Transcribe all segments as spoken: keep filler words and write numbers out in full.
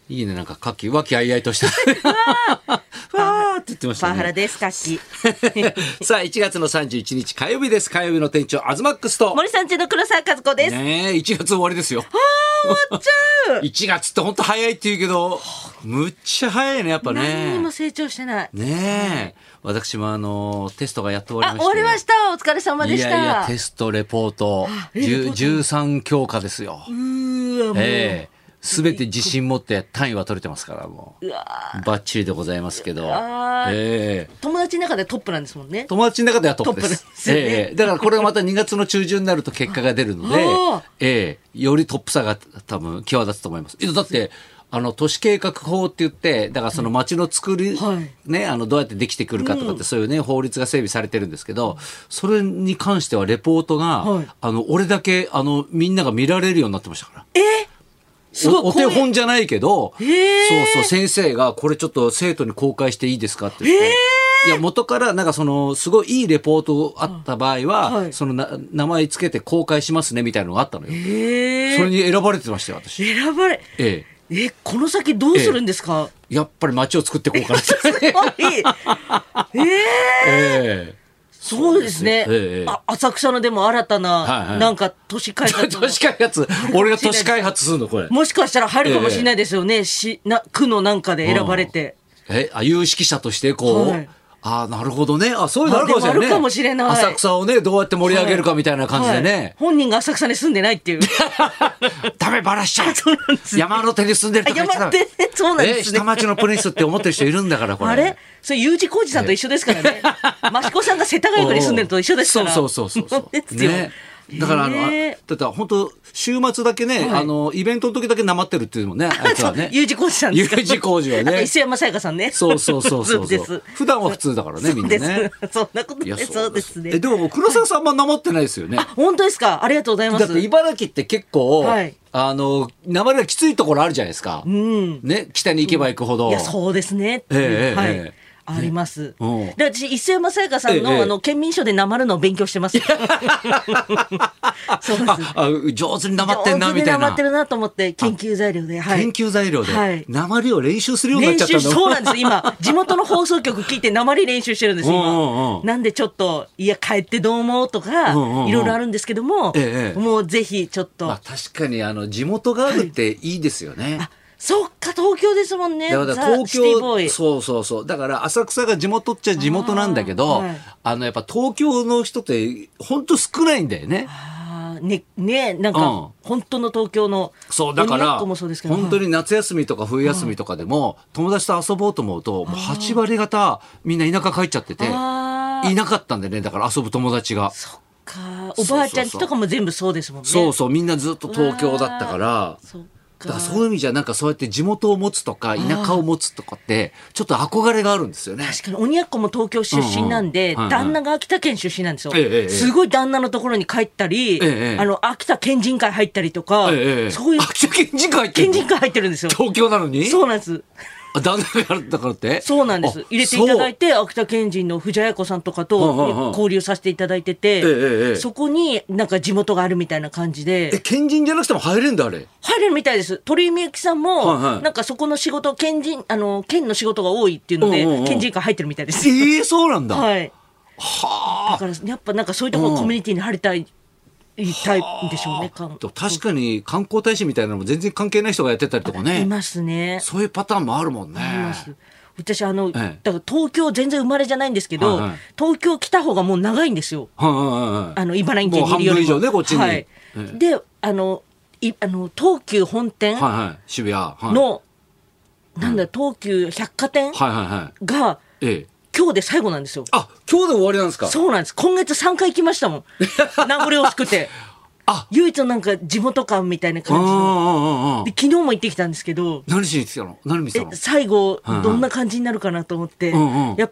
いいね、なんかカッキー和気あいあいとしたわーって言ってましたね。 パワハラですカッキーさあいちがつのさんじゅういちにち火曜日です。火曜日の店長アズマックスと森さんちの黒沢和子です。 ねえいちがつ終わりですよ。 終わっちゃういちがつって本当早いって言うけどむっちゃ早いねやっぱね。 何にも成長してないねえ、私もあのテストがやっと終わりまして、 あ終わりました。お疲れ様でした。 いやいやテストレポートじゅうさん教科ですよ。 うーわもう、 ええすべて自信持って単位は取れてますからもううわバッチリでございますけど、 あ、 ええ友達の中でトップなんですもんね。 友達の中ではトップです。 トップですよねええだからこれがまたにがつの中旬になると結果が出るのでああ、 ええよりトップさが多分際立つと思います。だってあの都市計画法って言ってだからその街の作り、 はいね、あのどうやってできてくるかとかって、 うんそういうね法律が整備されてるんですけど、それに関してはレポートが、 はいあの俺だけあのみんなが見られるようになってましたから。 えすごいおお手本じゃないけど、 へーそうそう先生がこれちょっと生徒に公開していいですかって言って、いや元からなんかそのすごいいいレポートあった場合は、 はいそのな名前つけて公開しますねみたいなのがあったのよ。 えそれに選ばれてましたよ私。 選ばれええ、 えこの先どうするんですか。 やっぱり街を作っていこうかなって。 すごいえー、 ええそうですね、 ええあ浅草のでも新たな、 はいはいなんか都市開発の都市開発俺が都市開発するのこれ。 もしかしたら入るかもしれないですよね、しな区のなんかで選ばれて、 えあ有識者としてこう、 はいあなるほどね、あそういうのあるかもしれないね。 あでもあるかもしれない浅草をねどうやって盛り上げるかみたいな感じでね、 はい本人が浅草に住んでないっていうダメバラしちゃう。 そうなんですよ山手に住んでるとか言っちゃダメ。 山手そうなんですねえ下町のプリンスって思ってる人いるんだからこれ。 あれそれ U 字工事さんと一緒ですからね益子さんが世田谷区に住んでると一緒ですから。 そうそうそうそうそうですよ、 ねだからあの、あへーだって本当週末だけね、 はいあのイベントの時だけなまってるっていうもんねあいつはね。 U 字工事さんですか。 U 字工事はねあと伊勢山さやかさんね。 そうそうそうそうでそうす。 普段は普通だからねみんなね。 そうですそんなこといやないそうですね。 えでも黒沢さんあんまなまってないですよね。 本当ですか。ありがとうございます。 だって茨城って結構、 はいあのなまりがきついところあるじゃないですか、 うんね、北に行けば行くほど、 いやそうですね。 ええはい。 ええあります。 うんで私伊勢山さやかさんの、 ええあの県民賞でなまるのを勉強してます。そうです。 ああ上手になまってんなみたいな上手になまってるなと思って研究材料で、はい。 研究材料で、 はいなまりを練習するようになっ練習ちゃったんだ。 そうなんです今地元の放送局聞いてなまり練習してるんですうんうんうん今なんでちょっといや帰ってどう思うとかうんうんうんいろいろあるんですけども、 ええもうぜひちょっと、 まあ、確かにあの地元があるっていいですよね。 あそっか東京ですもんね。 だからザ東シティボーイ京そうそうそうだから浅草が地元っちゃ地元なんだけどあ、 あーはいのやっぱ東京の人って本当少ないんだよね。 あーねねなんか、 うん本当の東京のそうだから鬼奴もそうですけど本当はいに夏休みとか冬休みとかでも友達と遊ぼうと思うともうはちわり方みんな田舎帰っちゃっててあーいなかったんでねだから遊ぶ友達が。 そっかおばあちゃんちとかも全部そうですもんね。 そうそうみんなずっと東京だったからそっだからかそういう意味じゃなんかそうやって地元を持つとか田舎を持つとかってちょっと憧れがあるんですよね。 確かに鬼奴も東京出身なんで、 うんうんはいはい旦那が秋田県出身なんですよ、 ええええすごい旦那のところに帰ったり、 ええあの秋田県人会入ったりとか、 ええええそういう秋田県人会入ってるの県人会入ってるんですよ。 東京なのにそうなんですあ旦那がやるだからってそうなんですあ入れていただいて秋田県人の藤あや子さんとかとうんうんうん交流させていただいてて、 ええええそこになんか地元があるみたいな感じそうえで県人じゃなくても入れんだあれ。 入れるみたいです。鳥居みゆきさんも、 はいはいなんかそこの仕事県人あの県の仕事が多いっていうので、 うんうんうん県人会入ってるみたいです。 ええそうなんだ。 はいはだからやっぱなんかそういうところコミュニティに入りたい、いたいんでしょうね。かんあ確かに観光大使みたいなのも全然関係ない人がやってたりとかいねますね。 そういうパターンもあるもんね。 います。私あの、 ええだから東京全然生まれじゃないんですけど、 はいはい東京来た方がもう長いんですよ。 はいはいはいあの茨城県にいるよりももう半分以上ねこっちに。 はいええであのいあの東急本店はいはい渋谷はいの、なんだ東急百貨店はいはいはいがええ今日で最後なんですよ。 あ今日で終わりなんですか。 そうなんです。今月さんかい行きましたもん。名残惜しくて。 あ唯一のなんか地元感みたいなあ感じの。 あああで昨日も行ってきたんですけど。 何しに来たの何見てたえの。 最後はいはいどんな感じになるかなと思って、 うんうんやっぱ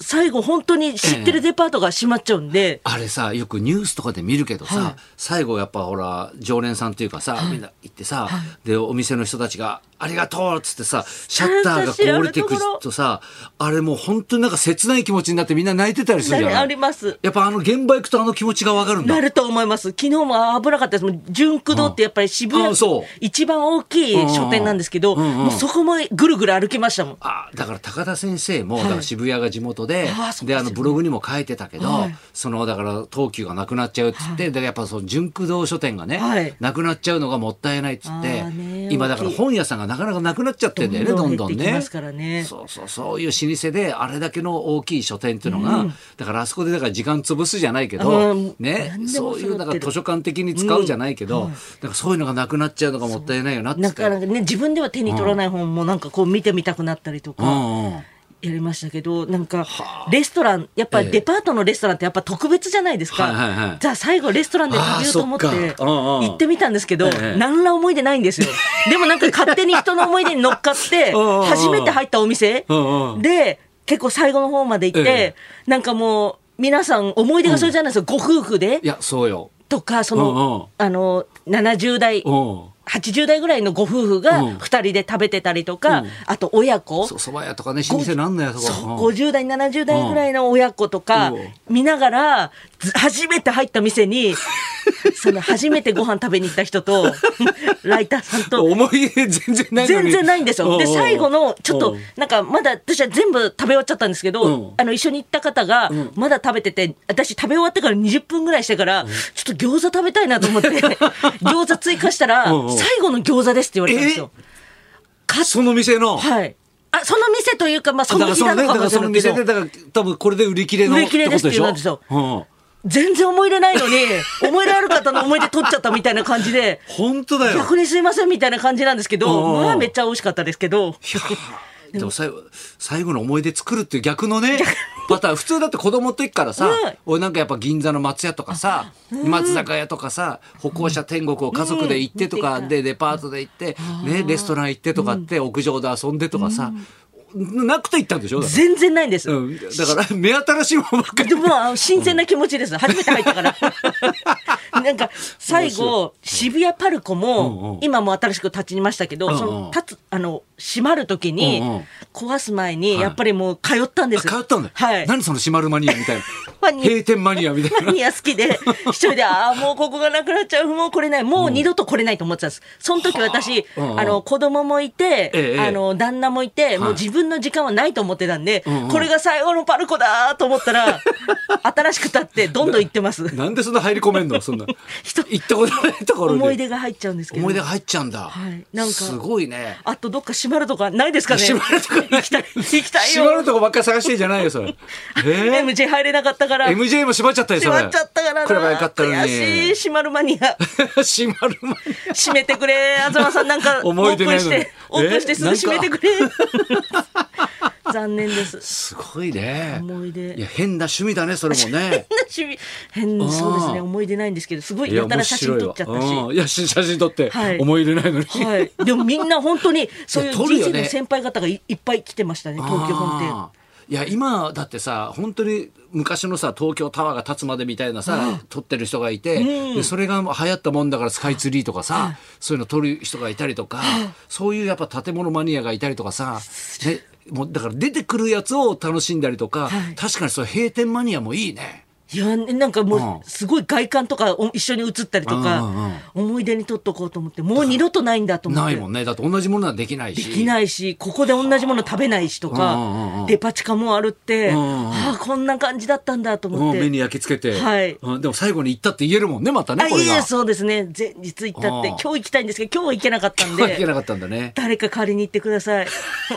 最後本当に知ってるデパートが閉まっちゃうんで、 あれさよくニュースとかで見るけどさ、 はい、 最後やっぱほら常連さんっていうかさ、はい、みんな行ってさ、はい、でお店の人たちがありがとうっつってさシャッターがこう降りてくるとさ、あれもう本当になんか切ない気持ちになってみんな泣いてたりするじゃない。 あります。 やっぱあの現場行くとあの気持ちがわかるんだ。 なると思います。昨日も危なかったです。もう純駆堂ってやっぱり渋谷一番大きい書店なんですけど、うんうん、もうそこもぐるぐる歩きましたもん。 あだから高田先生も、はい、だから渋谷が地元で、あであのブログにも書いてたけど、はい、そのだから東急がなくなっちゃうっつって、はい、でやっぱその純駆堂書店がね、はい、なくなっちゃうのがもったいないっつって、今だから本屋さんがなかなかなくなっちゃってんだよね、どんどんね。そうそうそういう老舗であれだけの大きい書店っていうのが、うん、だからあそこでだから時間潰すじゃないけど、ね、そういうだから図書館的に使うじゃないけど、うんはい、だからそういうのがなくなっちゃうのがもったいないよなって。 だからね自分では手に取らない本もなんかこう見てみたくなったりとか。うんうんやりましたけど、なんかレストランやっぱりデパートのレストランってやっぱ特別じゃないですか、ええはいはいはい、じゃあ最後レストランで食べようと思って行ってみたんですけど、ええ、何ら思い出ないんですよでもなんか勝手に人の思い出に乗っかって初めて入ったお店で結構最後の方まで行って、ええ、なんかもう皆さん思い出がそれじゃないですよ、うん、ご夫婦でいやそうよとかそのあのななじゅう代はちじゅう代ぐらいのご夫婦がふたりで食べてたりとか、うん、あと親子そそば屋とかね老舗なんだよそこごじゅう代ななじゅう代ぐらいの親子とか見ながら初めて入った店にその初めてご飯食べに行った人とライターさんと思い出全然ないのに全然ないんですよ。で最後のちょっとなんかまだ私は全部食べ終わっちゃったんですけど、あの一緒に行った方がまだ食べてて、私食べ終わってからにじゅっぷんぐらいしてからちょっと餃子食べたいなと思って餃子追加したら最後の餃子ですって言われたんですよ。 その店のはいあその店というか、まあ、その日なのかもしれないけど、 だからその店でだから多分これで売り切れの売り切れですって言うんですよ。全然思い入れないのに思い入れある方の思い出取っちゃったみたいな感じで本当だよ逆にすいませんみたいな感じなんですけど、まあめっちゃ美味しかったですけどでも最後、最後の思い出作るっていう逆のねパターン普通だって子供の時からさ、うん、俺なんかやっぱ銀座の松屋とかさ、うん、松坂屋とかさ歩行者天国を家族で行ってとか、うん、でデパートで行って、ね、レストラン行ってとかって、うん、屋上で遊んでとかさ、うんなくて行ったんでしょ。 全然ないんです、うん、 だから目新しいものばっかりでも新鮮な気持ちです、うん、初めて入ったからなんか最後渋谷パルコも、うんうん、今も新しく立ちましたけど、うんうん、その立つあの閉まる時に、うんうん、壊す前にやっぱりもう通ったんです、 はい、通ったんだ、 はい、 何その閉まるマニアみたいな閉店マニアみたいなマニア好きで一人でああもうここがなくなっちゃうもう来れないもう二度と来れないと思ってたんです、うん、その時私、うんうん、あの子供もいて、ええ、あの旦那もいて、はい、もう自分の時間はないと思ってたんで、うんうん、これが最後のパルコだと思ったら新しく立ってどんどん行ってますな, なんでそんな入り込めんのそんな行ったことないところに思い出が入っちゃうんですけど思い出が入っちゃうんだ、 はい、なんかすごいね。 あとどっか閉まるとかないですかね。 閉まるとか行きたい行きたいよ。 閉まるとこばっかり探してんじゃないよそれ、えー、エムジェー 入れなかったからエムジェー も閉まっちゃったりそれ閉まっちゃったからな、これはよかったのに悔しい。閉まるマニア閉まるマニア閉めてくれ東さんなんかオープンしてオープンしてすぐ閉めてくれ残念です。 すごいね。 思い出。 いや変な趣味だねそれもね。 変な趣味。変そうですね。思い出ないんですけどすごいやたら写真撮っちゃったし。 いや写真撮って思い入れないのに。 はい。でもみんな本当にそういう人生の先輩方が い, いっぱい来てましたね東京本店。 いや今だってさ本当に昔のさ東京タワーが建つまでみたいなさ撮ってる人がいて、うん、でそれが流行ったもんだからスカイツリーとかさ、そういうの撮る人がいたりとか、そういうやっぱ建物マニアがいたりとかさ、ね、もうだから出てくるやつを楽しんだりとか、はい、確かにそう閉店マニアもいいね。 いやなんかもうすごい外観とか一緒に写ったりとか、うんうんうん、思い出に撮っとこうと思ってもう二度とないんだと思って。 ないもんね。だって同じものはできないしできないしここで同じもの食べないしとか、うんうんうん、デパ地下もあるって、うんうんうん、あこんな感じだったんだと思って、 うん、目に焼き付けて、 はいうん、でも最後に行ったって言えるもんねまたねこれが。 あいえそうですね前日行ったって今日行きたいんですけど今日は行けなかったんで今日は行けなかったんだね。 誰か代わりに行ってください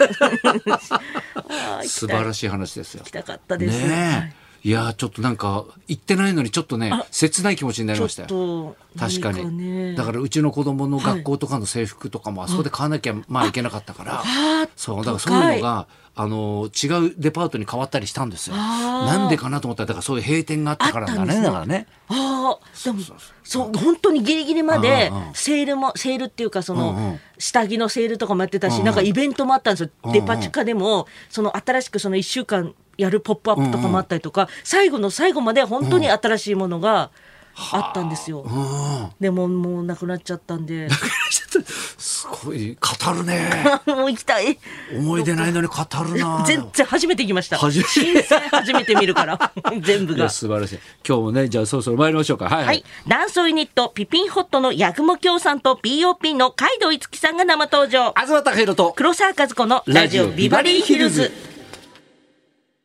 素晴らしい話ですよ。 行きたかったですね、はいいやちょっとなんか行ってないのにちょっとね切ない気持ちになりましたよ。確かに、ね、だからうちの子供の学校とかの制服とかもあそこで買わなきゃまあいけなかったから、そうだからそういうのがあの違うデパートに変わったりしたんですよ。なんでかなと思ったらだからそういう閉店があったからだね。だからねあでもそう本当にギリギリまでセールもセールっていうかその、うんうん下着のセールとかもやってたし、なんかイベントもあったんですよ。デパ地下でもその新しくそのいっしゅうかんやるポップアップとかもあったりとか、最後の最後まで本当に新しいものがあったんですよ。でももうなくなっちゃったんで。 すごい語るね。 もう行きたい。 思い出ないのに語るな。 全然初めて行きました。初めて初めて見るから全部が。 素晴らしい。今日もね、じゃあそろそろ参りましょうか。はい、はい、 はい。ダンスユニットピピンホットの八雲京さんと ピーオーピー の海道いつきさんが生登場。 東貴博と黒沢和子のラジオビバリーヒルズ。